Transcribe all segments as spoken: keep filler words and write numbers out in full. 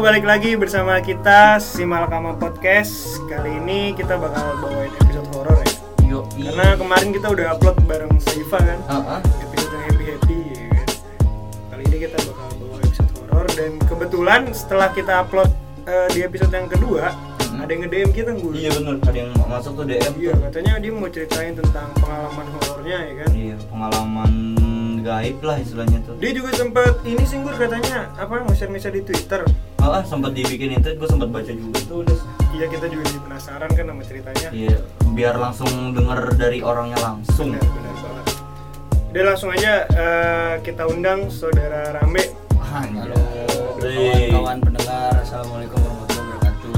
balik lagi bersama kita Simalakama Podcast. Kali ini kita bakal bawain episode horor ya. Yo, karena kemarin kita udah upload bareng Saifa kan, uh-huh. episode yang happy-happy ya kan. Kali ini kita bakal bawa episode horor. Dan kebetulan setelah kita upload uh, di episode yang kedua, hmm. ada yang nge-D M kita gue. Iya bener, ada yang masuk tuh D M. Iya, katanya dia mau ceritain tentang pengalaman horornya ya kan. Iya, pengalaman gaib lah istilahnya tuh. Dia juga sempat ini sih gue katanya apa nge-share-nge-share di Twitter. Oh, ah, sempat dibikin itu, gue sempat baca juga tuh. Udah. Iya, kita juga jadi penasaran kan sama ceritanya. Iya, biar langsung denger dari orangnya langsung. Benar, benar banget. Udah langsung aja uh, kita undang saudara Rambe. Halo, kawan-kawan pendengar, assalamualaikum warahmatullahi wabarakatuh.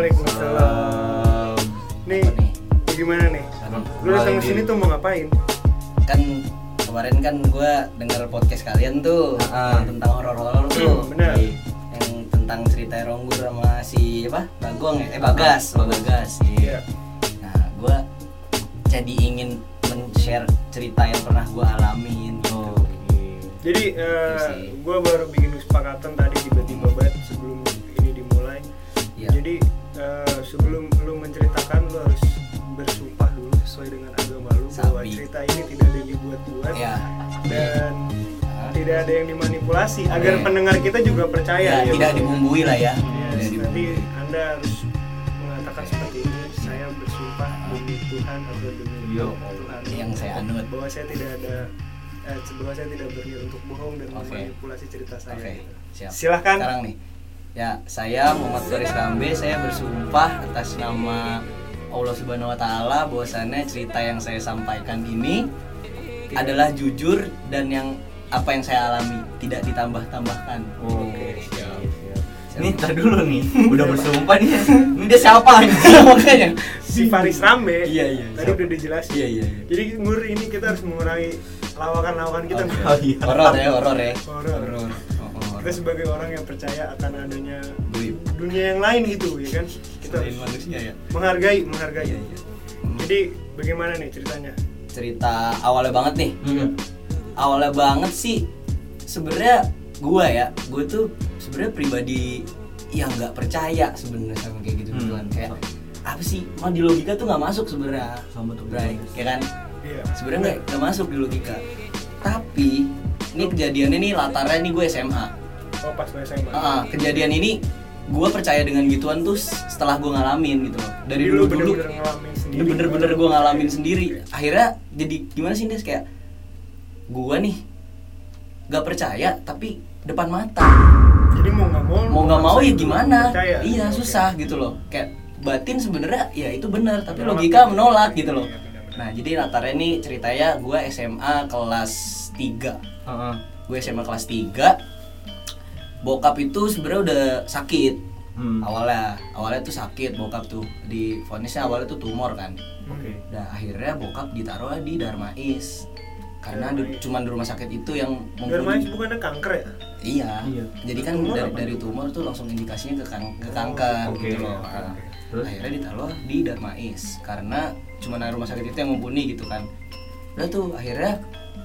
Waalaikumsalam. Nih, nih, gimana nih? Lu datang ke sini tuh mau ngapain? Kan kemarin kan gue denger podcast kalian tuh uh, yang tentang horor-horor tuh. Hmm, benar. Yang tentang cerita Ronggur sama si apa? Bagong ya? Eh Bagas, uh, Bagas. Iya. Nah, gue jadi ingin men-share cerita yang pernah gue alamin gitu. Oh, okay. Jadi uh, gue baru bikin kesepakatan tadi tiba-tiba banget sebelum ini dimulai. Ya. Jadi uh, sebelum lu menceritakan lu harus bersumpah dulu sesuai dengan agama lu bahwa cerita ini tidak ada yang dibuat-buat ya. Dan uh, tidak ada yang dimanipulasi okay. agar pendengar kita juga percaya. Ya, ya tidak dibumbui lah ya. Yes, nanti Anda harus mengatakan seperti ini, saya bersumpah demi Tuhan atau demi Yo, Tuhan yang saya anut bahwa saya tidak ada eh, bahwa saya tidak berniat untuk bohong dan okay. memanipulasi cerita saya. Oke, okay. Siap. Silahkan. Sekarang nih, ya saya Muhammad Faris Rambe, saya bersumpah atas nama Allah Subhanahu Wa Taala bahwasannya cerita yang saya sampaikan ini tidak adalah jujur dan yang apa yang saya alami tidak ditambah-tambahkan. Oh, oke, okay. siap, siap. Ini ntar dulu nih, udah bersumpah nih. Ini dia siapa nih? Makanya si Faris Rambe. Iya iya. Tadi udah dijelasin. Iya iya. Jadi ngur ini kita harus mengurangi lawakan-lawakan kita. Okay. Oh, iya. Horor ya, horor ya. Horor. Horor. Kita sebagai orang yang percaya akan adanya dunia yang lain gitu ya kan. Kita harus manusia ya. Menghargai, menghargai. Iya, iya. Jadi bagaimana nih ceritanya? Cerita awalnya banget nih. Hmm. Awalnya banget sih sebenarnya gua ya, gua tuh sebenarnya pribadi yang nggak percaya sebenarnya sama kayak gitu gituan. Hmm. Kayak apa sih? Mah di logika tuh nggak masuk sebenarnya. Sama tuh, right? Ya kan? Iya. Sebenarnya nggak masuk di logika. Tapi ini kejadiannya nih latarnya nih gue S M A. Oh, pas lu S M A. Uh, kejadian ini gue percaya dengan gituan tuh setelah gue ngalamin gitu loh. Dari dulu dulu bener-bener gue ngalamin sendiri. Akhirnya jadi gimana sih Des, kayak gue nih gak percaya tapi depan mata. Jadi mau nggak mau mau nggak mau ya gimana? Percaya. Iya okay. susah gitu loh. Kayak batin sebenarnya ya itu benar tapi menolak logika menolak gitu loh. Iya, bener, bener. Nah jadi latarnya nih ceritanya gue S M A kelas tiga. Uh-huh. Gue S M A kelas tiga. Bokap itu sebenarnya udah sakit. Hmm. Awalnya, awalnya tuh sakit bokap tuh. Di vonisnya awalnya tuh tumor kan. Oke. Okay. Nah, akhirnya bokap ditaruh di Darmais. Karena di, cuman di rumah sakit itu yang Darmais bukannya kanker ya? Iya. Iya. Jadi kan tumor dari apa? dari tumor tuh langsung indikasinya ke, kan, ke kanker okay. gitu loh. Okay. Nah, Terus? Akhirnya ditaruh di Darmais karena cuman ada rumah sakit itu yang mumpuni gitu kan. Udah tuh akhirnya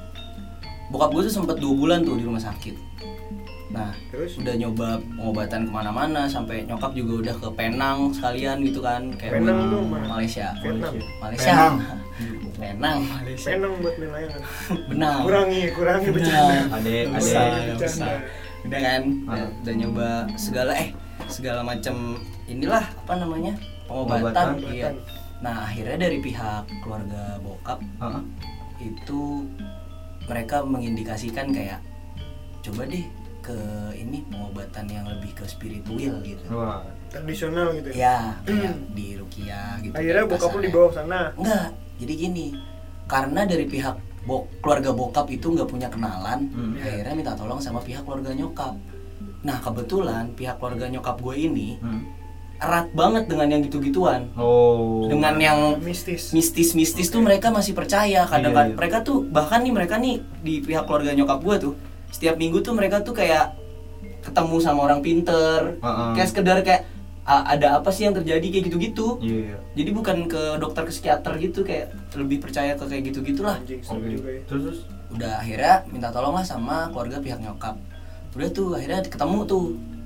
bokap gue tuh sempet dua bulan tuh di rumah sakit. Nah, terus udah nyoba pengobatan kemana-mana sampai nyokap juga udah ke Penang sekalian gitu kan, kayak Penang tuh mana? Malaysia. Vietnam. Malaysia. Penang. Penang, Malaysia. Penang buat nelayan. Benar. Kurangi, kurangi bercanda. Ade, ade. Bercanda. Udah kan, udah, udah nyoba segala eh segala macam inilah apa namanya pengobatan. Pengobatan. Iya. Nah, akhirnya dari pihak keluarga bokap uh-huh. itu mereka mengindikasikan kayak coba deh ke ini pengobatan yang lebih ke spiritual gitu. Wah, tradisional gitu ya? Ya, kayak hmm. di Ruqyah gitu. Akhirnya bokap lu dibawa sana? Enggak, jadi gini, karena dari pihak bo- keluarga bokap itu nggak punya kenalan, hmm. akhirnya minta tolong sama pihak keluarga nyokap. Nah kebetulan pihak keluarga nyokap gue ini hmm. erat banget dengan yang gitu-gituan. Oh. Dengan yang mistis, mistis-mistis okay. tuh mereka masih percaya. Kadang-kadang iya, iya. mereka tuh bahkan nih mereka nih di pihak keluarga nyokap gue tuh setiap minggu tuh mereka tuh kayak ketemu sama orang pinter, uh-uh. kayak sekedar kayak a- ada apa sih yang terjadi kayak gitu-gitu. Iya. Jadi bukan ke dokter ke psikiater gitu, kayak lebih percaya ke kayak gitu-gitulah. Anjing, okay. juga ya. Terus, terus Udah akhirnya minta tolong lah sama keluarga pihak nyokap. Udah tuh akhirnya ketemu tuh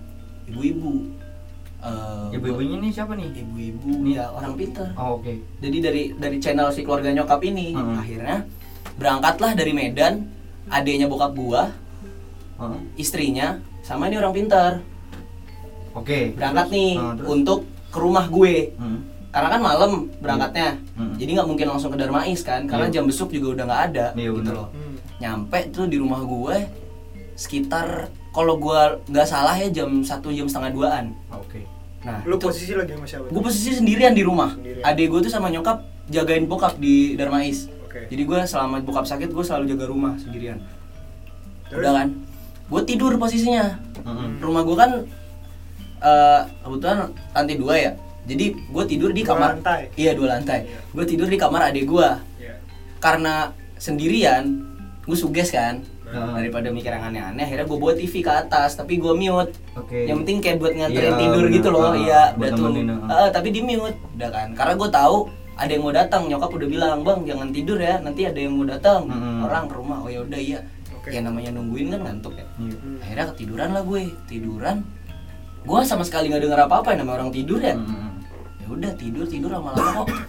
ibu-ibu. Uh, ibu-ibunya nih siapa nih? Ibu-ibu ya orang pintar. Oh, oke. Okay. Jadi dari dari channel si keluarga nyokap ini, hmm. akhirnya berangkatlah dari Medan, adeknya bokap gua, hmm. istrinya, sama ini orang pintar. Oke. Okay. Berangkat terus, nih uh, terus. untuk ke rumah gue. Hmm. Karena kan malam berangkatnya, hmm. jadi nggak mungkin langsung ke Darmais kan, karena yeah. jam besuk juga udah nggak ada, yeah, gitu bener. loh. Hmm. Nyampe tuh di rumah gue sekitar kalau gue nggak salah ya jam satu jam setengah duaan. Oke. Okay. Nah, lu itu, posisi lagi sama siapa? Gue posisi sendirian di rumah. Sendirian. Adek gue tuh sama nyokap jagain bokap di Darmais. Okay. Jadi gue selama bokap sakit gue selalu jaga rumah sendirian. Terus? Udah kan, gue tidur posisinya. Mm-hmm. Rumah gue kan uh, kebetulan lantai dua ya. Jadi gue tidur di dua kamar. Lantai. Iya dua lantai. Yeah. Gue tidur di kamar adek gue. Yeah. Karena sendirian, gue suges kan. Nah, daripada mikir yang aneh-aneh, akhirnya gue bawa T V ke atas, tapi gue mute. Okay. Yang penting kayak buat nganterin ya, tidur bener. gitu loh, uh, iya, udah tuh. Uh, tapi di mute, udah kan. Karena gue tahu ada yang mau datang, nyokap udah bilang, bang jangan tidur ya, nanti ada yang mau datang hmm. orang ke rumah. Oh ya udah iya. Okay. Ya namanya nungguin kan ngantuk ya. Hmm. Akhirnya ketiduran lah gue, tiduran. Gue sama sekali nggak dengar apa-apa, ya namanya orang tidur ya. Hmm. Ya udah tidur tidur lama-lama kok.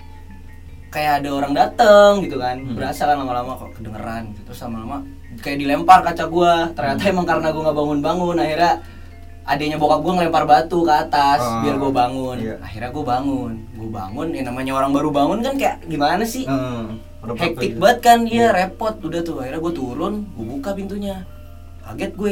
Kayak ada orang datang gitu kan, hmm. berasa kan lama-lama kok kedengeran gitu. Terus lama-lama kayak dilempar kaca gua. Ternyata hmm. emang karena gua nggak bangun-bangun, akhirnya adanya bokap gua ngelempar batu ke atas uh, biar gua bangun. Iya. Akhirnya gua bangun, gua bangun. Ya namanya orang baru bangun kan kayak gimana sih? Hmm. Hektik banget kan, iya yeah. repot. Udah tuh, akhirnya gua turun, gua buka pintunya. Kaget gue.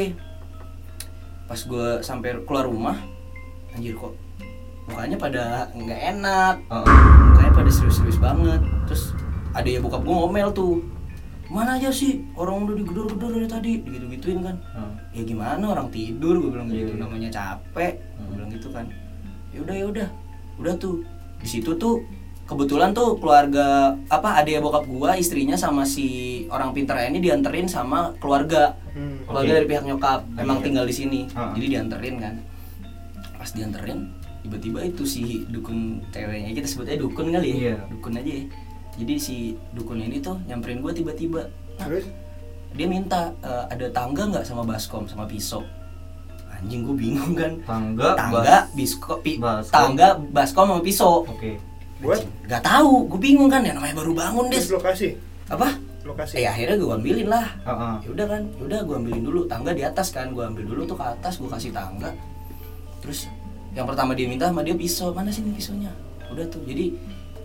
Pas gua sampai keluar rumah, anjir kok mukanya pada nggak enak, uh. mukanya pada serius-serius banget. Terus ada ya bokap gue ngomel tuh, mana aja sih orang udah digedor-gedor dari tadi, digitu-gituin kan. Uh. Ya gimana orang tidur, gue bilang gitu, yeah. namanya capek, uh. gue bilang gitu kan. Ya udah ya udah, udah tuh di situ tuh kebetulan tuh keluarga apa ada ya bokap gue, istrinya sama si orang pintar ini dianterin sama keluarga, hmm. keluarga okay. dari pihak nyokap, memang yeah. tinggal di sini, uh. jadi dianterin kan. Pas dianterin tiba-tiba itu si dukun ceweknya, kita sebutnya dukun kali ya, yeah. dukun aja ya. Jadi si dukun ini tuh nyamperin gue tiba-tiba. Nah, terus dia minta e, ada tangga nggak sama baskom sama pisau. Anjing gue bingung kan. Tangga, tangga, bas, bisko, pi, baskom. tangga, baskom sama pisau. Oke. Okay. Buat? Gak tahu, gue bingung kan ya namanya baru bangun des. Terus lokasi? Apa? Lokasi. Eh akhirnya gue ambilin lah. Uh-uh. Ya udah kan, udah gue ambilin dulu tangga di atas kan, gue ambil dulu tuh ke atas, gue kasih tangga. Terus yang pertama dia minta sama dia pisau, mana sih nih pisaunya? Udah tuh, jadi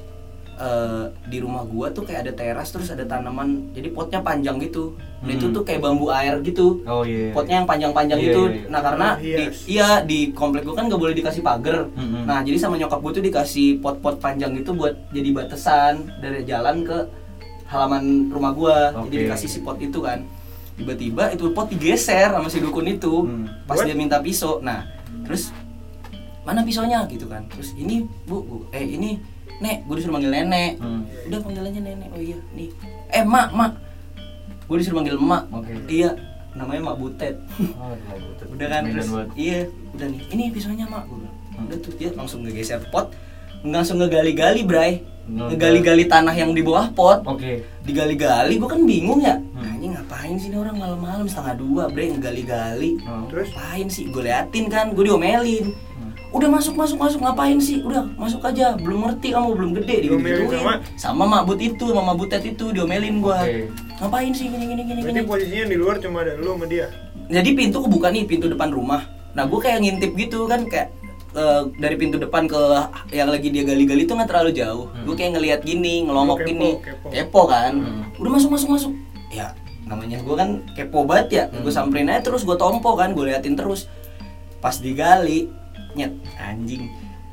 uh, di rumah gua tuh kayak ada teras, terus ada tanaman, jadi potnya panjang gitu. Hmm. Nah itu tuh kayak bambu air gitu. Oh iya. Yeah. Potnya yang panjang-panjang yeah, gitu. Yeah, yeah. Nah karena oh, yes. di, iya di komplek gua kan nggak boleh dikasih pagar. Hmm. Nah jadi sama nyokap gua tuh dikasih pot-pot panjang gitu buat jadi batasan dari jalan ke halaman rumah gua. Okay. Jadi dikasih si pot itu kan. Tiba-tiba itu pot digeser sama si dukun itu. Hmm. Pas What? Dia minta pisau. Nah terus mana pisaunya gitu kan, terus ini bu, bu eh ini nek, gue disuruh manggil nenek. Hmm. Udah panggil aja nenek. Oh iya nih, eh mak mak, gue disuruh manggil emak. Okay. Iya namanya Mak Butet. Oh, Butet. Udah kan terus iya udah nih ini pisaunya mak, gue hmm. udah tuh dia langsung ngegeser pot, langsung ngegali-gali bray, ngegali-gali tanah yang di bawah pot. Oke. Okay. Digali-gali, gue kan bingung ya. Hmm. Nah, ini ngapain sih ini orang malam-malam setengah dua bray ngegali-gali. Hmm. Terus ngapain sih? Gue liatin kan, gue diomelin. Udah masuk masuk masuk ngapain sih? Udah masuk aja. Belum ngerti kamu, belum gede digituin. Sama sama Mak But itu, sama Mak Butet itu diomelin gua. Okay. Ngapain sih gini gini gini gini. Berarti posisinya di luar cuma ada lu sama dia. Jadi pintu kebuka nih, pintu depan rumah. Nah, gua kayak ngintip gitu kan kayak uh, dari pintu depan ke yang lagi dia gali-gali itu enggak terlalu jauh. Hmm. Gua kayak ngelihat gini, ngelongok kepo, gini. Kepo. kepo kan. Hmm. Udah masuk masuk masuk. Ya, namanya gua kan kepo banget ya. Hmm. Gua samperin aja terus gua tompo kan, gua liatin terus. Pas digali nyet anjing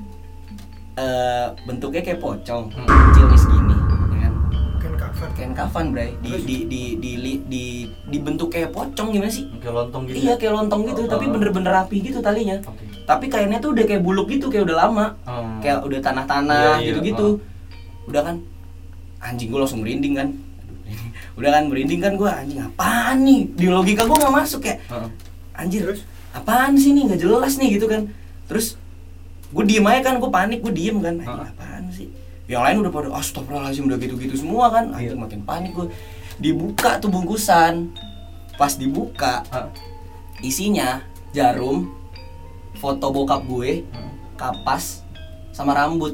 uh, bentuknya kayak pocong hmm. kecil nih segini ya kan kain kafan kain kafan bray di di, di di di di dibentuk kayak pocong gimana sih kayak lontong gitu iya kayak lontong gitu oh, tapi uh, bener-bener rapi gitu talinya okay. Tapi kainnya tuh udah kayak buluk gitu kayak udah lama hmm. kayak udah tanah-tanah yeah, gitu-gitu yeah. Udah kan anjing gue langsung merinding kan udah kan merinding kan gue anjing apaan nih di logika gue nggak masuk kayak uh. Anjir terus apaan sih nih nggak jelas nih gitu kan. Terus gue diem aja kan, gue panik, gue diem kan, anjing apaan sih? Yang lain udah pada astagfirullahaladzim udah gitu-gitu semua kan, anjing makin panik gue. Dibuka tuh bungkusan, pas dibuka isinya jarum foto bokap gue, kapas, sama rambut.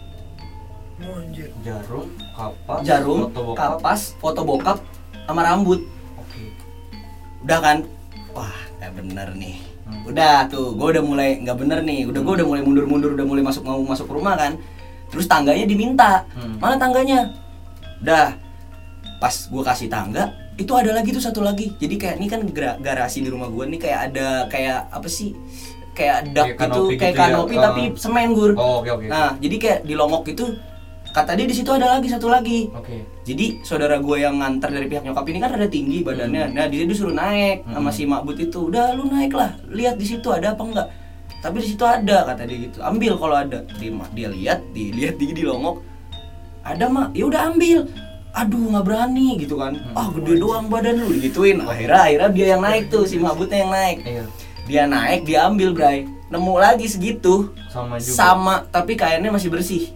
Oh, anjir. Jarum, kapas, Jarum, foto bokap. kapas, foto bokap, sama rambut. Oke. Udah kan? Wah, nggak bener nih. Hmm. Udah tuh, gue udah mulai nggak bener nih. Udah gue udah mulai mundur-mundur, udah mulai masuk mau masuk rumah kan. Terus tangganya diminta. Hmm. Mana tangganya? Udah. Pas gue kasih tangga, itu ada lagi tuh satu lagi. Jadi kayak ini kan garasi di rumah gue nih kayak ada kayak apa sih? Kayak dak gitu, kayak gitu kanopi ya? tapi uh. semen gur. Oh, oke oke. Nah, jadi kayak di longok itu kata dia di situ ada lagi satu lagi. Oke. Okay. Jadi saudara gue yang nganter dari pihak nyokap ini kan ada tinggi badannya. Hmm. Nah, dia disuruh naik hmm. sama si makbut itu. Udah lu naik lah, lihat di situ ada apa enggak. Tapi di situ ada kata dia gitu. Ambil kalau ada. Terima. Dia lihat, dilihat di di longok. Ada mak. Ya udah ambil. Aduh nggak berani gitu kan. Hmm. Ah gede doang badan lu digituin. Akhirnya akhirnya dia yang naik tuh, si makbutnya yang naik. Iya. Dia naik, dia ambil, Bray. Nemu lagi segitu. Sama juga. Sama, tapi kainnya masih bersih.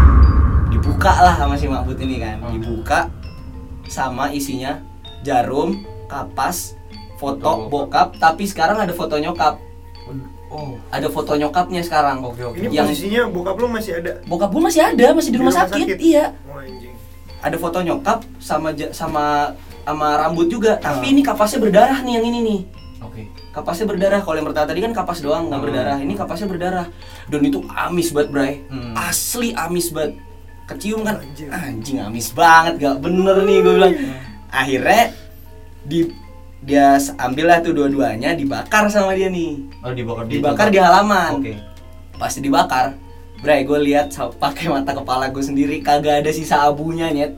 Dibuka lah sama si makbut ini kan. Hmm. Dibuka sama isinya jarum, kapas, foto, foto bokap, tapi sekarang ada foto nyokap. Oh, ada foto nyokapnya sekarang. Oke, oke. Ini yang posisinya bokap lu masih ada. Bokap gua masih ada, masih di, di rumah, rumah sakit. sakit. Iya. Oh, anjing. Ada foto nyokap sama sama sama rambut juga, tapi hmm. ini kapasnya berdarah nih yang ini nih. Oke. Okay. Kapasnya berdarah. Kalau yang pertama tadi kan kapas doang nggak hmm. berdarah. Ini kapasnya berdarah. Dan itu amis banget, Bray. Hmm. Asli amis banget. Kecium kan, anjing, anjing amis banget, gak bener nih gue bilang. Akhirnya di dia ambil lah tuh dua-duanya, dibakar sama dia nih. Oh, dibakar di dibakar di halaman. Oke. Okay. Pasti dibakar. Bray, gue lihat pakai mata kepala gue sendiri, kagak ada sisa abunya, nyet.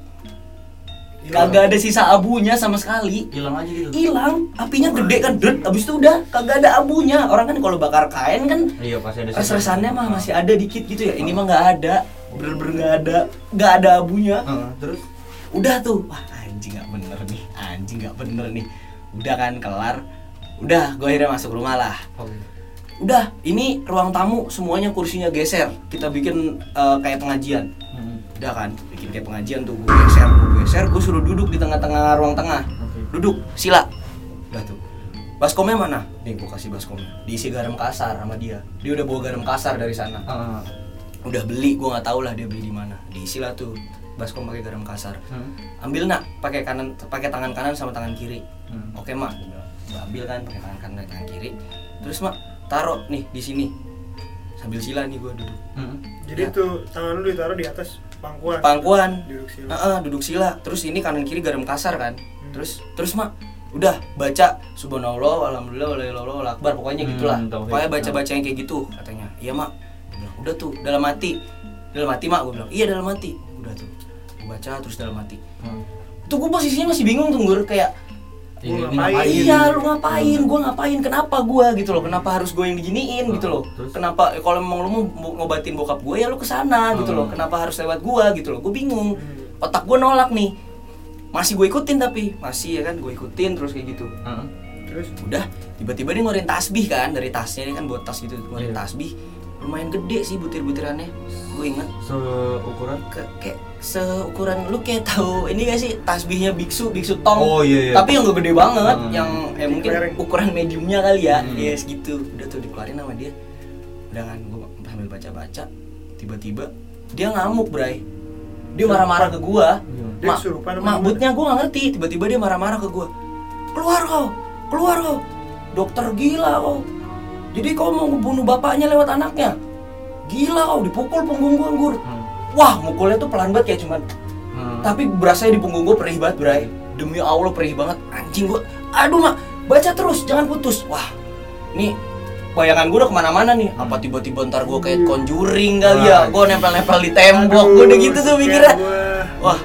Kagak ada sisa abunya sama sekali. Hilang aja gitu. Hilang, apinya gede kan, dret. Abis itu udah kagak ada abunya. Orang kan kalau bakar kain kan, iya pasti ada. Res-resannya mah masih ada dikit gitu ya. Ini mah nggak ada, bener-bener nggak ada, nggak ada abunya. Uh, terus, udah tuh, wah anjing nggak bener nih, anjing nggak bener nih. Udah kan kelar, udah gue akhirnya masuk rumah lah. Okay. Udah, ini ruang tamu semuanya kursinya geser. Kita bikin uh, kayak pengajian. Hmm. Udah kan, bikin kayak pengajian tuh, gue geser, gue geser, gue suruh duduk di tengah-tengah ruang tengah. Okay. Duduk, sila. Udah tuh. Baskomnya mana? Nih gue kasih baskomnya. Diisi garam kasar sama dia. Dia udah bawa garam kasar dari sana. Uh. Udah beli, gue nggak tahu lah dia beli di mana. Diisi lah tuh baskom pakai garam kasar. Hmm. Ambil nak, pakai kanan, pakai tangan kanan sama tangan kiri. Hmm. Oke mak, gue ambil kan pakai tangan kanan dan tangan kiri. Terus mak taruh nih di sini sambil sila nih gue duduk. Hmm. Jadi ya. Tuh tangan lu ditaruh di atas pangkuan. Pangkuan. Duduk sila. Uh-uh, duduk sila. Terus ini kanan kiri garam kasar kan. Hmm. Terus terus mak udah baca subhanallah alhamdulillah walillahil akbar pokoknya hmm, gitulah. Pokoknya baca-baca yang kayak gitu katanya. Iya mak. Bilang, udah tuh dalam hati. Dalam hati mak gue bilang. Iya dalam hati. Udah tuh. Gue baca terus dalam hati. Hmm. Tuh gue posisinya masih bingung tuh Gur kayak Ini ngapain? Iya, lu ngapain? Gue ngapain? Kenapa gue gitu loh? Kenapa harus gue yang diginiin gitu loh? Terus? Kenapa kalau memang lu mau ngobatin bokap gue ya lu kesana gitu loh? Kenapa harus lewat gue gitu loh? Gue bingung. Otak gue nolak nih. Masih gue ikutin tapi masih ya kan gue ikutin terus kayak gitu. Uh-huh. Terus udah tiba-tiba dia ngeluarin tasbih kan dari tasnya ini kan buat tas gitu ngeluarin yeah. tasbih. Lumayan gede sih butir-butirannya. Gue inget seukuran Ke, kayak seukuran lu kayak tahu ini gak sih tasbihnya biksu biksu tong. Oh iya iya. Tapi yang gak gede banget, hmm. yang eh, mungkin Dikeluarin. ukuran mediumnya kali ya. Hmm. Ya yes, segitu. Udah tuh dikeluarin sama dia. Udah kan gue sambil baca-baca, tiba-tiba dia ngamuk, Bray. Dia marah-marah ke gua. Dia Ma- Makbutnya gua gak ngerti, tiba-tiba dia marah-marah ke gua. Keluar kau, keluar kau. Dokter gila kau. Jadi kau mau bunuh bapaknya lewat anaknya. Gila kau, dipukul punggung gua, Gur. Hmm. Wah, mukulnya tuh pelan banget kayak cuman. Hmm. Tapi berasanya di punggung gua perih banget, Bray. Demi Allah perih banget. Anjing gua. Aduh, Mak. Baca terus, jangan putus. Wah. Nih bayangan gue udah kemana-mana nih. Apa tiba-tiba ntar gue kayak Conjuring kali ya. Gue nempel-nempel di tembok. Gue udah gitu tuh mikirnya. Wah,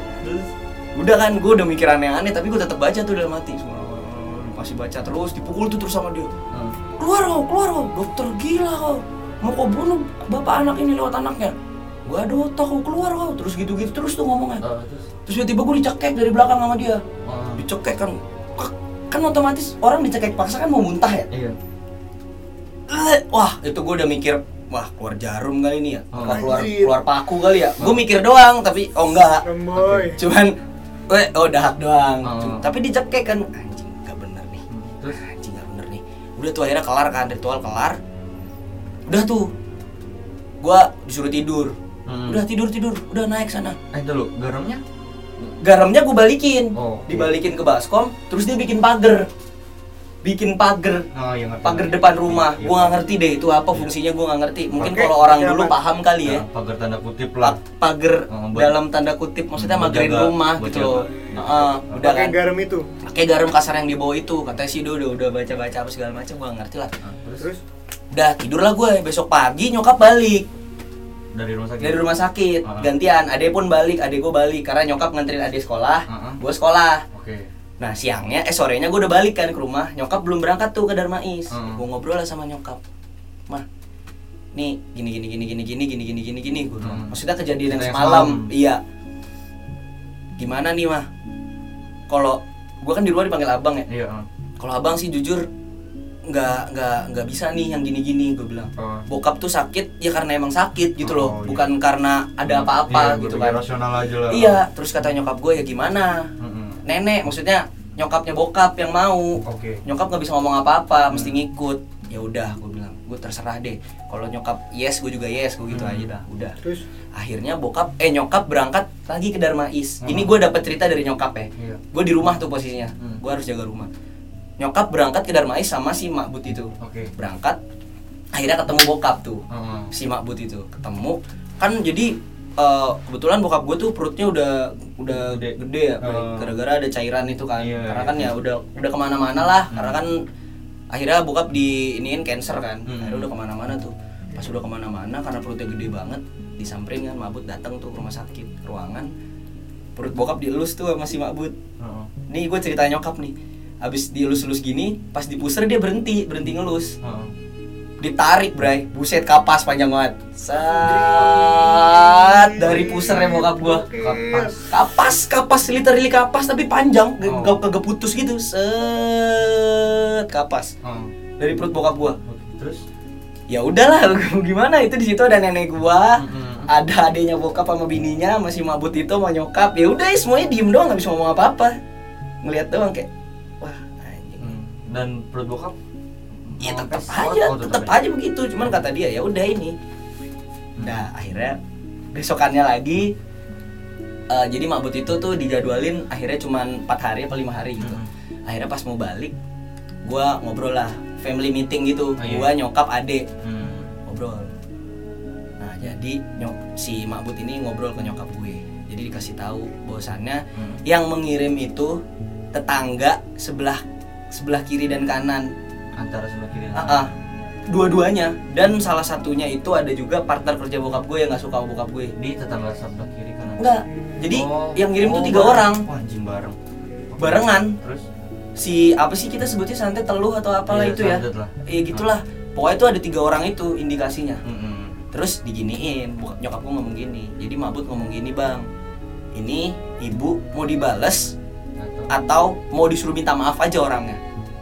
udah kan gue udah mikir aneh-aneh. Tapi gue tetap baca tuh dalam hati. Masih baca terus, dipukul tuh terus sama dia. Keluar kau, keluar kau. Dokter gila kau. Mau kau bunuh bapak anak ini lewat anaknya. Gua ada otak kau, keluar kau. Terus gitu-gitu terus tuh ngomongnya. Terus tiba-tiba gue dicekek dari belakang sama dia. Dicekek kan. Kan otomatis orang dicekek paksa kan mau muntah ya. Iya. Wah, itu gue udah mikir, wah keluar jarum kali ini ya, oh, keluar keluar paku kali ya. Oh. Gue mikir doang, tapi oh enggak. Okay. Cuman, weh, oh dahak doang. Oh. Tapi dicekek kan, anjing nggak bener nih. Terus anjing nggak bener nih. Udah tuh akhirnya kelar kan, ritual kelar. Udah tuh, gua disuruh tidur. Hmm. Udah tidur tidur, udah naik sana. Eh dulu, garamnya? Garamnya gue balikin, oh, okay. dibalikin ke baskom, terus dia bikin pagar, bikin pagar, oh, iya, pagar depan rumah. Iya, gue nggak ngerti deh itu apa fungsinya, gue nggak ngerti. Mungkin kalau orang dulu apa? Paham kali ya. Nah, pagar tanda kutip lah. Pagar oh, buat, dalam tanda kutip, maksudnya magerin jaga, rumah gitu loh. Uh, udah kan garam itu, pakai garam kasar yang dibawa itu, katanya sih udah udah baca baca apa segala macam, gue nggak ngerti lah. Nah, terus, terus udah tidurlah gue. Besok pagi nyokap balik dari rumah sakit. Dari rumah sakit, uh-huh. gantian. Adek pun balik, adek gue balik karena nyokap nganterin adek sekolah, uh-huh. gue sekolah. Oke. Okay. Nah siangnya, eh sorenya gue udah balik kan ke rumah. Nyokap belum berangkat tuh ke Darmais. Uh-huh. Gue ngobrol lah sama nyokap. Mah, nih gini gini gini gini gini gini gini gini gini. Gue uh-huh. maksudnya kejadian yang semalam. Iya. Gimana nih mah? Kalau gue kan di luar dipanggil abang ya. Iya. Uh. Kalau abang sih jujur nggak nggak nggak bisa nih yang gini-gini, gue bilang. Oh. Bokap tuh sakit ya karena emang sakit gitu loh, oh, bukan iya. karena ada apa-apa iya, gitu kan. Rasional aja lah. Iya, terus kata nyokap gue ya gimana? Mm-hmm. Nenek, maksudnya nyokapnya bokap yang mau. Okay. Nyokap nggak bisa ngomong apa-apa, mm. mesti ngikut. Ya udah, gue bilang, gue terserah deh. Kalau nyokap yes, gue juga yes, gue gitu mm. aja dah. Udah. Terus akhirnya bokap, eh nyokap berangkat lagi ke Darmais. Mm. Ini gue dapet cerita dari nyokap ya. Yeah. Gue di rumah tuh posisinya, mm. gue harus jaga rumah. Nyokap berangkat ke Darmais sama si Mak But itu. Okay. Berangkat, akhirnya ketemu bokap tuh. Uh-huh. Si Mak But itu ketemu, kan jadi uh, kebetulan bokap gue tuh perutnya udah udah gede, gede ya, uh. gara-gara ada cairan itu kan. Yeah, karena kan yeah. ya udah udah kemana-mana lah. Hmm. Karena kan akhirnya bokap diiniin cancer kan. Hmm. Akhirnya udah kemana-mana tuh. Pas udah kemana-mana karena perutnya gede banget, disamperin kan Mak But datang tuh ke rumah sakit, ruangan. Perut bokap dielus tuh sama si Mak But. Uh-huh. Nih gue cerita nyokap nih. Abis dielus-elus gini, pas dipuser dia berhenti, berhenti ngelus. Uh-huh. Ditarik, bray, buset kapas panjang banget. Set dari pusernya bokap gua. Kapas, kapas, kapas literally kapas tapi panjang, oh. kagak putus gitu. Set kapas. Uh-huh. Dari perut bokap gua. Terus ya udahlah, gimana itu di situ ada nenek gua, uh-huh. ada adenya bokap sama bininya, masih mabut itu sama nyokap. Ya udah semuanya diem doang, enggak bisa ngomong apa-apa. Ngelihat doang kayak dan perut bokap ya tetap aja oh, tetap aja begitu, cuman kata dia ya udah ini. Nah akhirnya besokannya lagi uh, jadi Mak But itu tuh dijadwalin akhirnya cuman empat hari apa lima hari gitu. hmm. Akhirnya pas mau balik gua ngobrol lah, family meeting gitu. oh, iya. Gua nyokap adek hmm. ngobrol. Nah jadi nyok si Mak But ini ngobrol ke nyokap gue, jadi dikasih tahu bahwasannya hmm. yang mengirim itu tetangga sebelah sebelah kiri dan kanan, antara sebelah kiri dan kanan. Uh-uh. Dua-duanya, dan salah satunya itu ada juga partner kerja bokap gue yang nggak suka sama bokap gue. Di tetangga sebelah kiri kanan. Enggak. Jadi oh, yang ngirim oh, tuh tiga bareng. orang. Oh, anjing bareng. Barengan. Terus si apa sih kita sebutnya santet teluh atau apalah iya, itu ya? Iya gitulah. Hmm. Pokoknya itu ada tiga orang itu indikasinya. Hmm. Terus diginiin, nyokap gue ngomong gini. Jadi Mak But ngomong gini, "Bang, ini ibu mau dibales atau mau disuruh minta maaf aja orangnya?"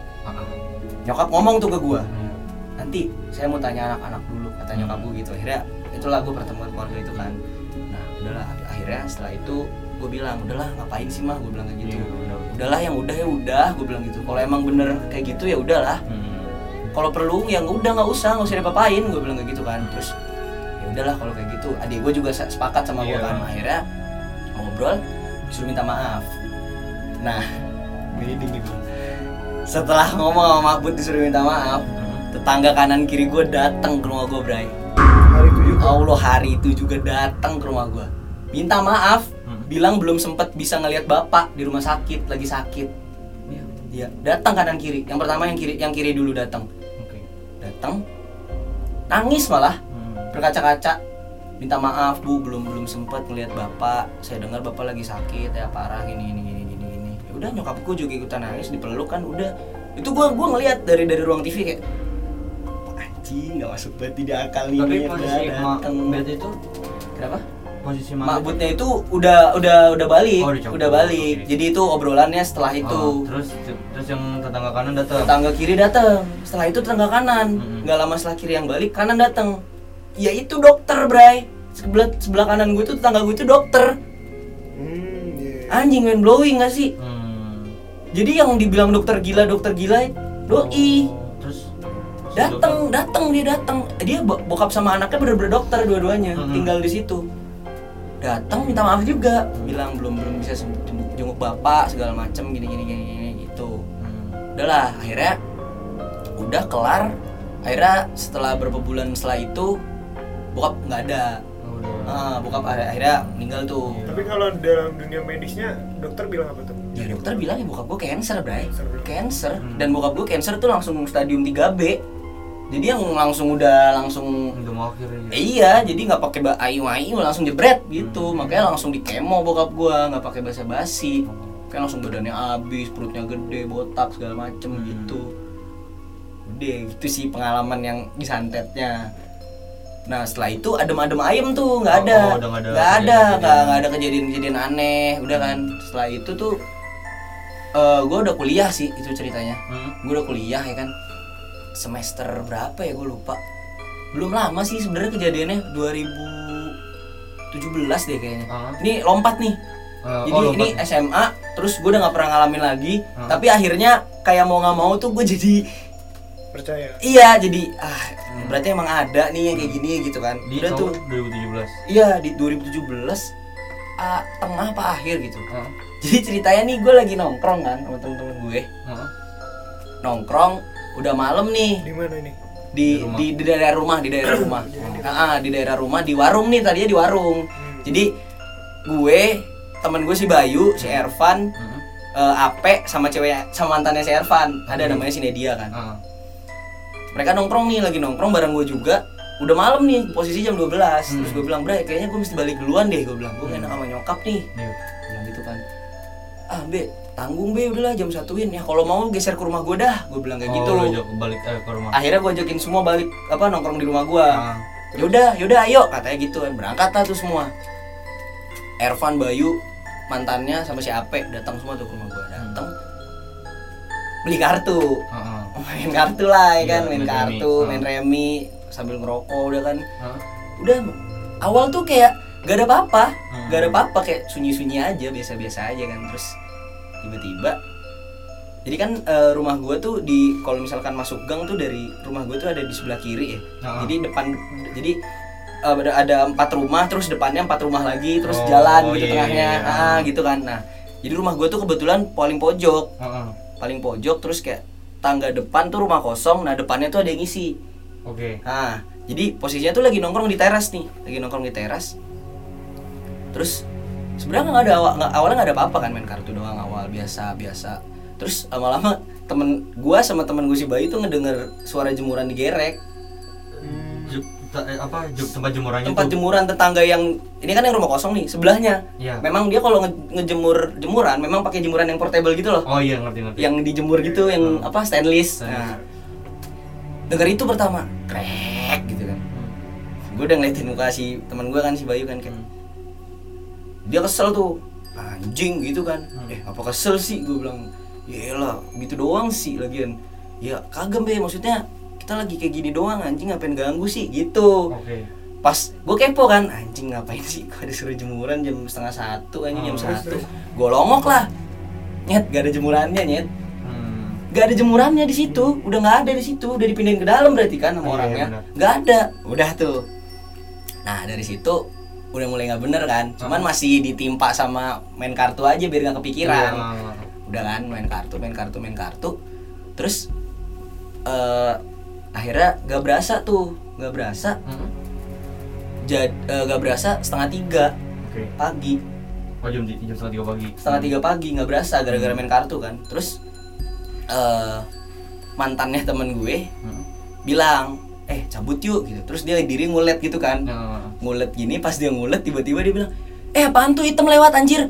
Nyokap ngomong tuh ke gue, "Nanti saya mau tanya anak-anak dulu," kata nyokap gue gitu. Akhirnya itulah gue pertemuan keluarga itu kan. Nah udahlah, akhirnya setelah itu gue bilang, udahlah ngapain sih mah, gue bilang kayak gitu. Ya, udah. Udahlah yang udah ya udah, gue bilang gitu. Kalau emang bener kayak gitu ya udahlah. Hmm. Kalau perlu yang udah nggak usah, nggak usah diapa-apain, gue bilang kayak gitu kan. Terus ya udahlah kalau kayak gitu. Adik gue juga sepakat sama gue yeah. kan. Akhirnya ngobrol, disuruh minta maaf. Nah ini gue. Setelah ngomong sama Mak But disuruh minta maaf, hmm. tetangga kanan kiri gue datang ke rumah gue, Bray. Hari itu juga. Allah hari itu juga datang ke rumah gue. Minta maaf, hmm. bilang belum sempet bisa ngelihat bapak di rumah sakit, lagi sakit. Iya, ya, datang kanan kiri. Yang pertama yang kiri, yang kiri dulu datang. Okay. Datang, nangis malah, hmm. berkaca-kaca. Minta maaf Bu, belum belum sempet ngelihat bapak. Saya dengar bapak lagi sakit ya, parah gini gini gini. Udah nyokapku juga ikutan nangis, dipeluk kan udah. Itu gua gua ngelihat dari dari ruang T V kayak anjing enggak masuk banget tidak akal ini. Tapi posisi Mak But itu kenapa? Posisi Mak Butnya itu udah udah udah balik, oh, udah balik. Okay. Jadi itu obrolannya setelah itu. Oh, terus terus yang tetangga kanan datang. Tetangga kiri datang. Setelah itu tetangga kanan. Mm-hmm. Gak lama setelah kiri yang balik, kanan datang. Ya itu dokter, Bray. Sebelah sebelah kanan gue itu tetangga gue itu dokter. Hmm, yeah. Anjing mind blowing enggak sih? Hmm. Jadi yang dibilang dokter gila, dokter gila doi. Oh, terus Datang, datang dia datang. Dia bokap sama anaknya bener-bener dokter dua-duanya, hmm. tinggal di situ. Datang minta maaf juga, bilang belum belum bisa jenguk bapak segala macem gini gini gini, gini gitu. Hmm. Udahlah, akhirnya udah kelar. Akhirnya setelah beberapa bulan setelah itu bokap nggak ada. Oh, ah, bokap akhirnya meninggal tuh. Tapi kalau dalam dunia medisnya dokter bilang apa tuh? Ya dokter bilang ya bokap gue cancer, bray. Cancer. Hmm. Dan bokap gue cancer tuh langsung stadium tiga B. Jadi yang langsung udah langsung udah mau akhir ya. Eh, iya, jadi nggak pakai ayu ayu langsung jebret gitu. Hmm. Makanya langsung di kemo bokap gua, nggak pakai basa-basi. Kayak langsung badannya habis, perutnya gede, botak segala macem hmm. gitu. Udah gitu sih pengalaman yang disantetnya. Nah setelah itu adem-adem ayem tuh, nggak ada, nggak oh, ada, ada, nggak ada kejadian-kejadian aneh. Udah kan. Setelah itu tuh, uh, gua udah kuliah sih itu ceritanya. Hmm. Gua udah kuliah ya kan. Semester berapa ya gue lupa. Belum lama sih sebenarnya kejadiannya, dua ribu tujuh belas deh kayaknya. Uh-huh. Ini lompat nih. Uh, Jadi oh, ini S M A terus gue udah nggak pernah ngalamin lagi. Uh-huh. Tapi akhirnya kayak mau nggak mau tuh gue jadi percaya. Iya jadi ah hmm. berarti emang ada nih yang kayak gini gitu kan. Di udah tuh dua ribu tujuh belas. Iya di dua ribu tujuh belas ah, tengah apa akhir gitu. Uh-huh. Jadi ceritanya nih gue lagi nongkrong kan sama temen-temen gue. Uh-huh. Nongkrong udah malam nih. Di mana ini? Di di, di, di daerah rumah, di daerah rumah. Ah, di daerah rumah di warung nih tadinya di warung. Hmm. Jadi gue, temen gue si Bayu, si Ervan, hmm. uh, Ape sama cewek sama mantannya si Ervan. Hmm. Ada namanya si Nedia kan. Hmm. Mereka nongkrong nih, lagi nongkrong bareng gue juga. Udah malam nih, posisi jam dua belas. Hmm. Terus gue bilang, "Bray, kayaknya gue mesti balik duluan deh." Gue bilang, "Gue enak sama nyokap nih." Hmm. Bilang gitu kan. Ah, Be, tanggung Be, udahlah jam satuin ya. Kalau mau geser ke rumah gue dah, gue bilang kayak oh, gitu. Oh, balik eh, ke rumah. Akhirnya gue ajakin semua balik apa nongkrong di rumah gue. Ah. Yaudah, yaudah ayo katanya gitu kan. Berangkat lah tuh semua. Ervan, Bayu, mantannya sama si Ape datang semua tuh ke rumah gue. Datang. Beli kartu. Uh-huh. Main kartu lah ya kan, ya, main, main kartu, remi. main remi sambil ngerokok udah kan. Uh. Udah awal tuh kayak gak ada apa-apa, hmm. gak ada apa-apa kayak sunyi-sunyi aja, biasa-biasa aja kan. Terus tiba-tiba, jadi kan uh, rumah gue tuh di kalau misalkan masuk gang tuh dari rumah gue tuh ada di sebelah kiri ya. Hmm. Jadi depan, jadi uh, ada empat rumah, terus depannya empat rumah lagi, terus oh, jalan gitu iya, tengahnya, iya. ah gitu kan. Nah, jadi rumah gue tuh kebetulan paling pojok, hmm. paling pojok, terus kayak tangga depan tuh rumah kosong, nah depannya tuh ada yang ngisi. Oke. Okay. Nah, jadi posisinya tuh lagi nongkrong di teras nih, lagi nongkrong di teras. Terus sebenarnya nggak ada awal, nggak, awalnya nggak ada apa-apa kan, main kartu doang awal biasa biasa. Terus lama-lama temen gue sama temen gue si Bayu tuh ngedenger suara jemuran digerek. Hmm. J- t- apa j- tempat jemurannya? Tempat tuh? Jemuran tetangga yang ini kan yang rumah kosong nih sebelahnya. Ya. Memang dia kalau nge- ngejemur jemuran, memang pakai jemuran yang portable gitu loh. Oh iya ngerti ngerti. Yang dijemur gitu, yang hmm. apa stainless. stainless. Nah, denger itu pertama, krek gitu kan. Hmm. Gue udah ngeliatin muka si teman gue kan si Bayu kan kayak. Hmm. Dia kesel tuh, anjing gitu kan. Hmm. Eh apa kesel sih, gue bilang. Yaelah gitu doang sih lagian. Ya kagak Be, maksudnya kita lagi kayak gini doang, anjing ngapain ganggu sih gitu. Okay. Pas gue kepo kan, anjing ngapain sih gue disuruh jemuran jam setengah satu, anjing oh, jam satu. Gue longok lah, nyet gak ada jemurannya nyet. Hmm. Gak ada jemurannya di situ, udah nggak ada di situ, udah dipindahin ke dalam berarti kan sama oh, orangnya. Iya, nggak ada, udah tuh. Nah dari situ udah mulai nggak bener kan, cuman oh. masih ditimpa sama main kartu aja biar nggak kepikiran. Yeah. Udah kan main kartu, main kartu, main kartu, terus uh, akhirnya nggak berasa tuh, nggak berasa, hmm? Jad, uh, nggak berasa setengah tiga okay. pagi. Oh jam, jam setengah tiga pagi. Setengah tiga pagi nggak berasa gara-gara main kartu kan, terus uh, mantannya temen gue hmm? bilang. Eh cabut yuk gitu, terus dia diri ngulet gitu kan, hmm. ngulet gini, pas dia ngulet tiba-tiba dia bilang, eh apaan tuh hitam lewat anjir?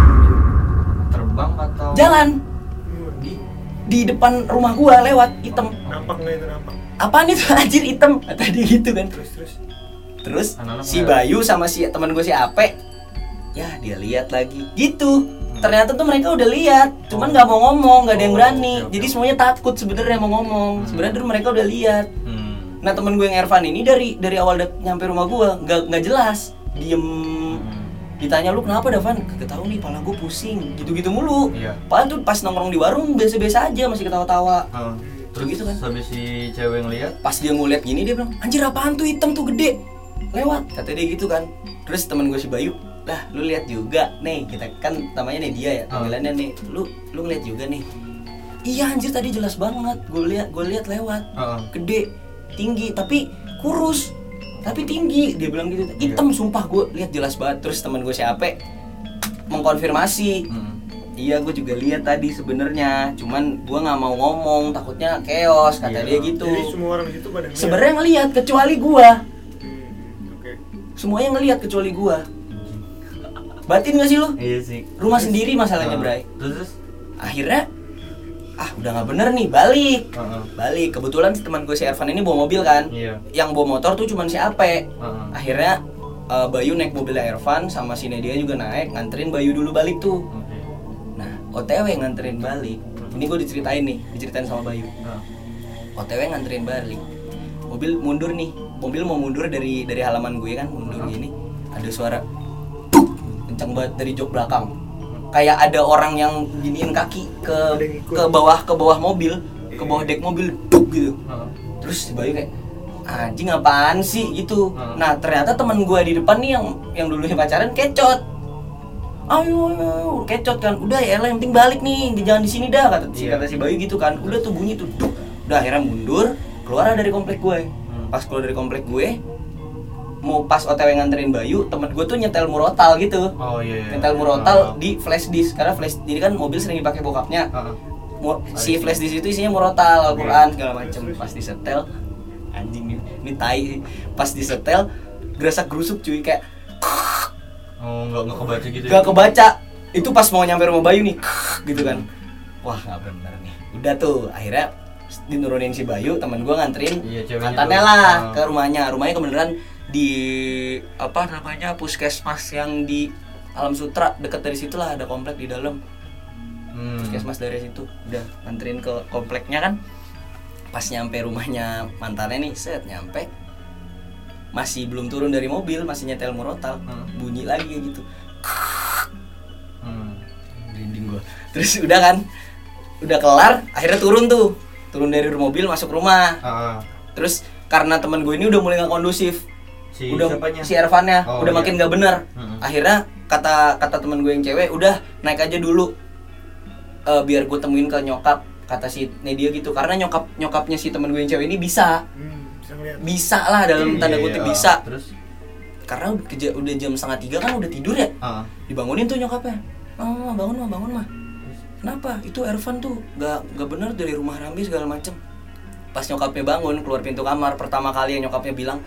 Terbang atau? Jalan di di depan rumah gua lewat hitam. Nampak nggak itu nampak? Apaan itu anjir hitam? Kata dia gitu kan. Terus terus. Terus anak-anak si Bayu sama si teman gua si Ape, ya dia lihat lagi gitu. Hmm. Ternyata tuh mereka udah lihat, cuman nggak oh. mau ngomong, nggak ada yang berani. Oh, okay, okay. Jadi semuanya takut sebenarnya mau ngomong. Hmm. Sebenarnya dulu mereka udah lihat. Hmm. Nah temen gue yang Ervan ini dari dari awal de- nyampe rumah gue nggak nggak jelas, diem. Hmm. Ditanya lu kenapa Davan? Kagak tahu nih, pala gue pusing, gitu-gitu mulu. Iya. Padahal tuh pas nongkrong di warung biasa-biasa aja, masih ketawa-tawa. Hmm. Terus gitu kan. Sampai si cewek ngeliat. Pas dia ngeliat gini dia bilang, anjir apaan tuh hitam tuh gede lewat, kata dia gitu kan. Terus temen gue si Bayu, lah lu lihat juga nih, kita kan namanya nih dia ya, panggilannya nih, lu lu ngeliat juga nih. Iya anjir tadi jelas banget, gue lihat gue lihat lewat, uh-uh. gede, tinggi, tapi kurus, tapi tinggi, dia bilang gitu, hitam, sumpah gue lihat jelas banget. Terus temen gue si Ape mengkonfirmasi, hmm. iya gue juga lihat tadi sebenarnya, cuman gue nggak mau ngomong, takutnya chaos, kata iya. dia gitu. Jadi semua orang itu pada ngeliat. Sebenarnya ngelihat kecuali gue, hmm, okay. semuanya ngelihat kecuali gue. Batin nggak sih lu? Iya sih. Rumah sendiri masalahnya, uh, Bray. Terus akhirnya ah udah nggak bener nih, balik uh-huh. balik. Kebetulan teman gue si Ervan ini bawa mobil kan, yeah. yang bawa motor tuh cuman si Ape. uh-huh. Akhirnya uh, Bayu naik mobilnya Ervan sama si Nadia juga naik, nganterin Bayu dulu balik tuh. okay. Nah O T W nganterin balik, ini gue diceritain nih, diceritain sama Bayu. uh. O T W nganterin balik, mobil mundur nih, mobil mau mundur dari dari halaman gue kan, mundur uh-huh. gini, ada suara Puh! Kencang banget dari jok belakang. Kayak ada orang yang giniin kaki ke ke bawah ke bawah mobil, ke bawah dek mobil, duk gitu. Uh-huh. Terus si Bayu kayak anjing apaan sih gitu. Uh-huh. Nah ternyata teman gue di depan nih yang yang dulunya pacaran kecot. Ayo, ayo, kecot kan. Udah ya, yang penting balik nih, jangan di sini dah, kata si yeah. kata si Bayu gitu kan. Udah tuh bunyi tuh, duk. Udah akhirnya mundur, keluar dari komplek gue. Hmm. Pas keluar dari komplek gue, mau pas O T W nganterin Bayu, temen gue tuh nyetel murotal gitu. Oh iya. iya. Nyetel murotal uh-huh. di flash disk, karena flash jadi kan mobil sering dipakai bokapnya. Uh-huh. Mu- si flash disk itu isinya murotal, Al-Qur'an segala macem. Pas disetel, anjing nih, ini tai. Pas disetel, gerasak gerusuk cuy kayak. Oh nggak nggak kebaca gitu. Nggak ya? kebaca. Itu pas mau nyampe rumah Bayu nih, gitu kan. Wah nggak bener nih. Udah tuh, akhirnya dinurunin si Bayu, temen gue nganterin iya, mantannya lah uh. ke rumahnya. Rumahnya kebenaran di apa namanya puskesmas yang di Alam Sutra, dekat dari situ lah, ada komplek di dalam. hmm. Puskesmas dari situ, udah nganterin ke kompleknya kan. Pas nyampe rumahnya mantannya nih, set nyampe masih belum turun dari mobil, masih nyetel murotal. hmm. Bunyi lagi kayak gitu. hmm. Merinding gua. Terus udah kan, udah kelar, akhirnya turun tuh, turun dari mobil masuk rumah. uh. Terus karena teman gue ini udah mulai nggak kondusif, si udah siapanya? Si Ervannya oh, udah iya. makin nggak bener. hmm. Akhirnya kata kata teman gue yang cewek, udah naik aja dulu, uh, biar gue temuin ke nyokap, kata si Nadia gitu. Karena nyokap nyokapnya si teman gue yang cewek ini bisa, hmm, bisa lah dalam tanda kutip iya. bisa. Terus karena udah, udah jam setengah tiga kan udah tidur ya, uh. dibangunin tuh nyokapnya, mah bangun mah bangun mah. Kenapa? Itu Ervan tuh nggak nggak bener dari rumah Rambe segala macem. Pas nyokapnya bangun keluar pintu kamar, pertama kali yang nyokapnya bilang,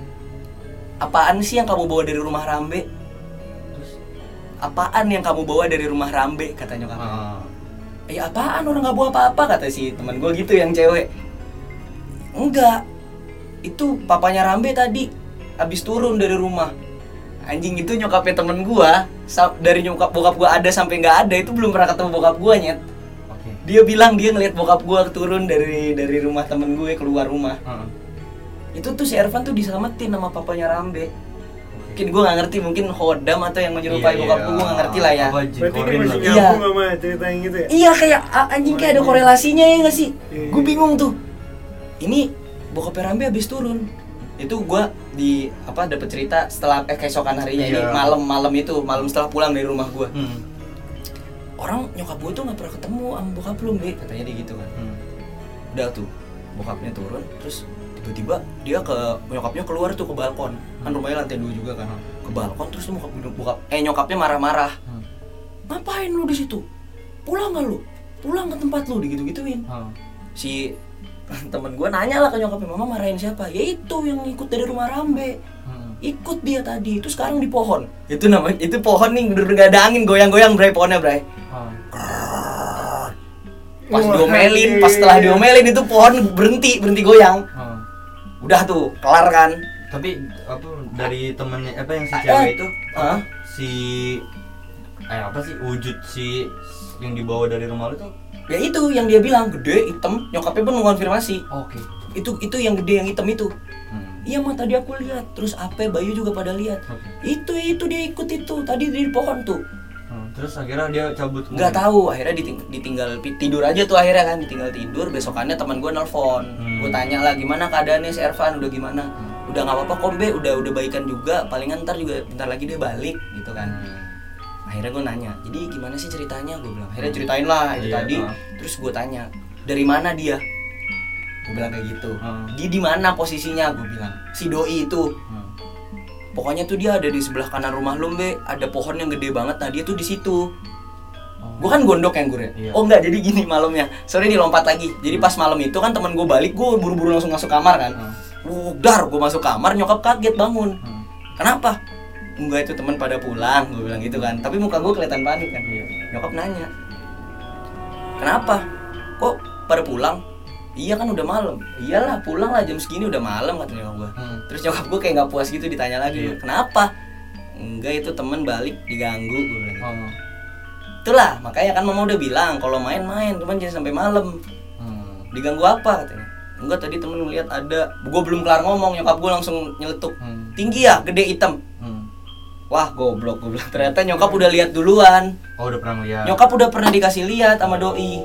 apaan sih yang kamu bawa dari rumah Rambe? Terus apaan yang kamu bawa dari rumah Rambe, kata nyokapnya. uh. Eh apaan, orang nggak bawa apa-apa, kata si teman gue gitu yang cewek. Enggak, itu papanya Rambe tadi habis turun dari rumah. Anjing, itu nyokapnya temen gue, dari nyokap bokap gue ada sampai nggak ada itu belum pernah ketemu bokap gue nyet. Okay. Dia bilang dia ngeliat bokap gue turun dari dari rumah temen gue keluar rumah. uh. Itu tuh si Ervan tuh diselamatin sama papanya Rambe. Mungkin gue nggak ngerti, mungkin Hodam atau yang menyerupai iya, bokap gue, gue nggak ngerti lah ya. Berarti ini masih nyambung sama cerita yang gitu ya? Iya, kayak anjing kayak ada korelasinya ya nggak sih? Iya. Gue bingung tuh. Ini bokapnya Rambe habis turun. Itu gue di apa dapat cerita setelah eh, keesokan harinya. Iya. Ini malam-malam itu, malam setelah pulang dari rumah gue. Hmm. Orang nyokap gue tuh nggak pernah ketemu sama bokap lu, Be, katanya dia gitu kan. Hmm. Udah tuh, bokapnya turun, terus tiba-tiba dia ke nyokapnya keluar tuh ke balkon. Kan rumahnya lantai dua juga kan. Ke balkon terus tuh bokap, bokap eh nyokapnya marah-marah. Hmm. Ngapain lu di situ? Pulang enggak lu? Pulang ke tempat lu, digitu-gituin. Hmm. Si temen gue nanya lah ke nyokapnya, mama marahin siapa? Ya itu yang ikut dari rumah Rambe. Hmm. Ikut dia tadi, itu sekarang di pohon. Itu namanya, itu pohon nih bener-bener gak ada angin, goyang-goyang Bray pohonnya Bray. Hmm. Pas diomelin, pas setelah diomelin itu pohon berhenti, berhenti goyang. Hmm. Udah tuh, kelar kan. Tapi apa dari temennya apa yang si cewek eh, itu? Uh, si eh apa sih wujud si yang dibawa dari rumah lu tuh? Ya itu yang dia bilang gede hitam, nyokapnya pun mengonfirmasi. Oke. Okay. Itu itu yang gede yang hitam itu. Hmm. Iya mah tadi aku lihat, terus Ape, Bayu juga pada lihat. Okay. Itu itu dia ikut itu tadi di pohon tuh. Hmm. terus akhirnya dia cabut. Nggak tahu, akhirnya diting- ditinggal tidur aja tuh akhirnya kan, ditinggal tidur. Besokannya teman gue nelfon, hmm. gue tanya lah gimana keadaannya si Ervan, udah gimana? Hmm. Udah nggak apa-apa kok Be, udah udah baikan juga, palingan ntar juga bentar lagi dia balik gitu kan. Hmm. Akhirnya gue nanya, jadi gimana sih ceritanya? Gue bilang, akhirnya ceritain lah itu iya, tadi. Uh. Terus gue tanya, dari mana dia? Gue bilang kayak gitu. Uh. Dia di mana posisinya? Gue bilang, si doi itu. Uh. Pokoknya tuh dia ada di sebelah kanan rumah lu, Be. Ada pohon yang gede banget. Nah, dia tuh di situ. Oh. Gue kan gondok yang gue. Iya. Oh enggak, jadi gini malamnya. Sorry nih lompat lagi. Jadi pas malam itu kan teman gue balik, gue buru-buru langsung masuk kamar kan. Uh. Dar, gue masuk kamar, nyokap kaget bangun. Uh. Kenapa? Enggak, itu teman pada pulang, gue bilang gitu kan. Tapi muka gue kelihatan panik kan. Iya. Nyokap nanya, kenapa? Kok pada pulang? Iya kan udah malam. Iyalah pulang lah jam segini udah malam kata nyokap gue. Hmm. Terus nyokap gue kayak nggak puas gitu ditanya lagi. Iya. Kenapa? Enggak, itu temen balik diganggu, gue bilang gitu. Oh. Itulah makanya kan mama udah bilang kalau main-main cuman jangan sampai malam. Hmm. Diganggu apa katanya? Enggak, tadi temen ngeliat ada. Gue belum kelar ngomong nyokap gue langsung nyeletuk. Hmm. Tinggi ya, gede hitam. Hmm. Wah goblok, gue bilang. Ternyata nyokap udah lihat duluan. Oh udah pernah lihat. Nyokap udah pernah dikasih lihat sama doi.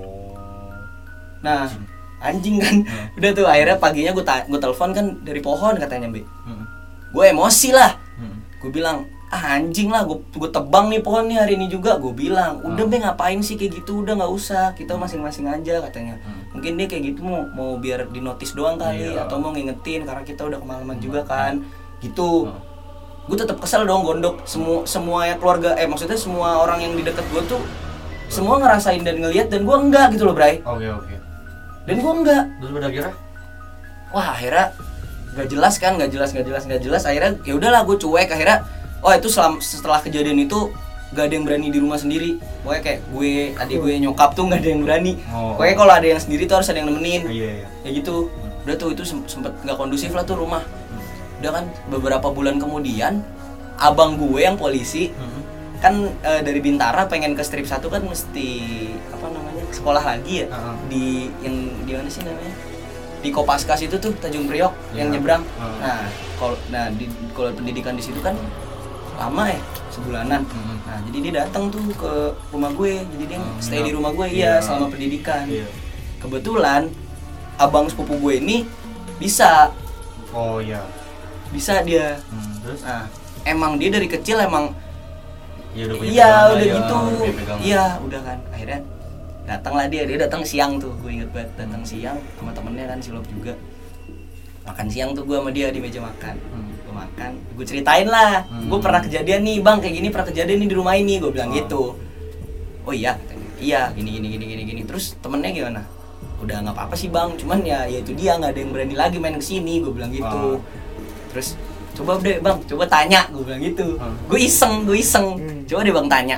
Nah anjing kan. Hmm. Udah tuh akhirnya paginya gue ta- gue telepon kan dari pohon katanya Be. Hmm. Gue emosi lah. Hmm. Gue bilang ah anjing lah, gue gue tebang nih pohon nih hari ini juga. Gue bilang udah hmm. Be ngapain sih kayak gitu, udah nggak usah, kita masing-masing aja katanya. Hmm. Mungkin dia kayak gitu mau mau biar dinotis doang kali, yeah. Atau mau ngingetin karena kita udah kemalaman hmm. juga kan gitu. Hmm. Gue tetap kesel dong gondok semua semua ya keluarga eh maksudnya semua orang yang di dekat gue tuh semua ngerasain dan ngelihat dan gue enggak gitu loh Bray. Oke okay, oke. Okay. Dan gue enggak. Terus pada akhirnya? Wah akhirnya nggak jelas kan, nggak jelas nggak jelas nggak jelas. Akhirnya ya udahlah gue cuek akhirnya. Oh itu setelah, setelah kejadian itu gak ada yang berani di rumah sendiri. Pokoknya kayak gue adik gue nyokap tuh nggak ada yang berani. Oh. Pokoknya kalau ada yang sendiri tuh harus ada yang nemenin. Iya iya. Ya gitu. Udah tuh itu sempet nggak kondusif lah tuh rumah. Udah kan beberapa bulan kemudian abang gue yang polisi hmm. kan e, dari Bintara pengen ke strip satu kan mesti apa namanya sekolah lagi ya uh-huh. di yang di mana sih namanya di Kopaskas itu tuh Tanjung Priok yeah. yang nyebrang. Uh-huh. Nah kalau nah di kalau pendidikan di situ kan lama ya sebulanan. Uh-huh. Nah jadi dia datang tuh ke rumah gue, jadi dia uh-huh. stay di rumah gue iya yeah. selama pendidikan. Yeah. Kebetulan abang sepupu gue ini bisa. Oh iya. Yeah. Bisa dia. Hmm, terus? Nah, emang dia dari kecil emang ya udah punya iya udah ya, gitu iya udah kan akhirnya datanglah dia dia datang siang tuh gue inget banget datang siang sama temennya kan Silop juga makan siang tuh gue sama dia di meja makan hmm. gue makan gue ceritain lah hmm. gue pernah kejadian nih bang kayak gini pernah kejadian nih di rumah ini gue bilang oh. gitu oh iya katanya iya gini gini gini gini gini terus temennya gimana udah nggak apa apa sih bang cuman ya ya itu dia nggak ada yang berani lagi main kesini gue bilang gitu oh. Terus coba deh bang, coba tanya, gue bilang gitu. Hmm. Gue iseng, gue iseng. Hmm. Coba deh bang tanya.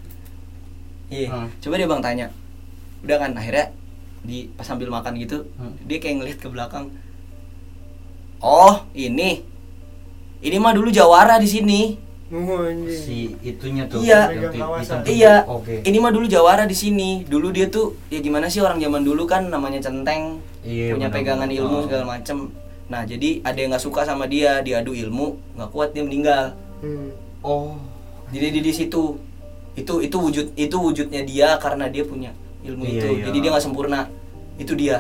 Iya, hmm. coba deh bang tanya. Udah kan akhirnya di pas sambil makan gitu, hmm. dia kayak ngeliat ke belakang. Oh ini, ini mah dulu jawara di sini. Oh, si itunya tuh. Iya, iya. Okay. Ini mah dulu jawara di sini. Dulu dia tuh, ya gimana sih orang zaman dulu kan namanya centeng, iya, punya bener, pegangan bener. Ilmu segala macem. Nah jadi ada yang nggak suka sama dia, diadu ilmu, nggak kuat dia meninggal. Hmm. Oh. Jadi di, di situ, itu itu wujud itu wujudnya dia karena dia punya ilmu iya, itu. Iya. Jadi dia nggak sempurna, itu dia.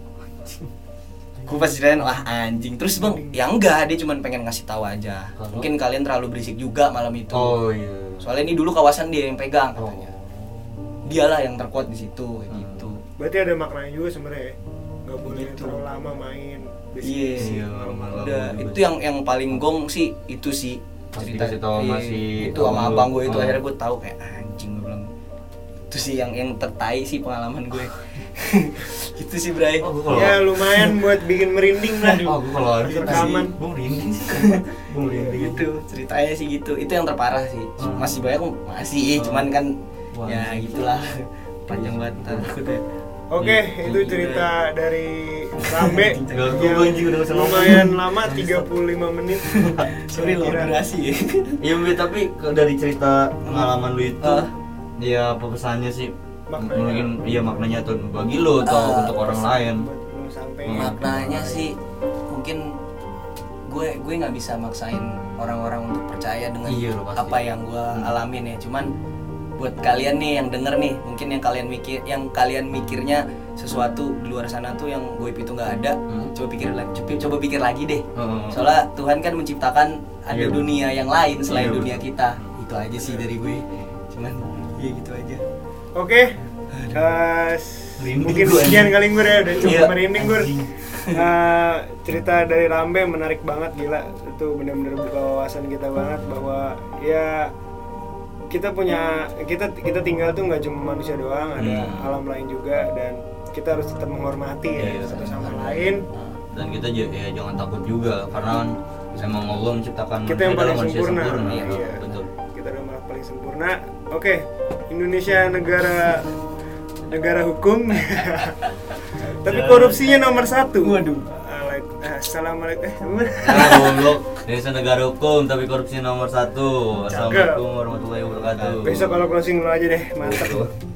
Gue pas ceritain, wah anjing. Terus bang, ya enggak, dia cuma pengen ngasih tahu aja. Halo? Mungkin kalian terlalu berisik juga malam itu. Oh iya. Soalnya ini dulu kawasan dia yang pegang katanya. Oh. Dialah yang terkuat di situ, kayak hmm. gitu. Berarti ada maknanya juga sebenarnya. Nggak boleh gitu. Terlalu lama main. Iya, yeah, udah itu yang yang paling gong sih itu sih cerita itu masih itu sama abang gue itu oh. Akhirnya gue tahu kayak anjing gue bilang itu sih yang yang tertai sih pengalaman gue itu sih Bray. Oh, ya lumayan buat bikin merinding lah. Oh gue kalau ada rekaman gue merinding sih gue merinding gitu ceritanya sih gitu itu yang terparah sih hmm. masih banyak masih oh. Cuman kan wow. Ya gitulah panjang banget aku deh. Oke, okay, itu cerita dari Rambe yang lumayan lama tiga puluh lima menit. Sorry loh durasi ya. Iya, tapi dari cerita pengalaman lu itu uh. ya apa pesannya sih? Maknanya. Mungkin iya maknanya tuh bagi lu atau uh, untuk orang lain. Maknanya sih mungkin gue gue nggak bisa maksain orang-orang untuk percaya dengan iya, apa yang gue alamin ya. Cuman buat kalian nih yang denger nih, mungkin yang kalian mikir, yang kalian mikirnya sesuatu di luar sana tuh yang goib itu nggak ada, hmm. coba pikir lagi, coba, coba pikir lagi deh. Hmm. Soalnya Tuhan kan menciptakan ada yeah. dunia yang lain selain yeah. dunia kita. Itu aja sih dari gue. Cuman ya gitu aja. Oke. Okay. Uh, mungkin sekian kali gue ya udah cukup yeah. merinding gue. Uh, cerita dari Rambe menarik banget, gila. Itu benar-benar buka wawasan kita banget bahwa ya kita punya kita kita tinggal tuh nggak cuma manusia doang, ada hmm. alam lain juga, dan kita harus tetap menghormati ya, ya satu sama lain. Dan kita j- ya jangan takut juga karena memang Allah menciptakan kita yang paling sempurna. sempurna. Iya, iya. Betul. Kita adalah paling sempurna. Oke, Indonesia negara negara hukum. Tapi korupsinya nomor satu. Waduh. Assalamualaikum. Goblok. Indonesia negara hukum tapi korupsi nomor satu. Assalamualaikum warahmatullahi wabarakatuh. Besok kalau closing dulu aja deh, mantap.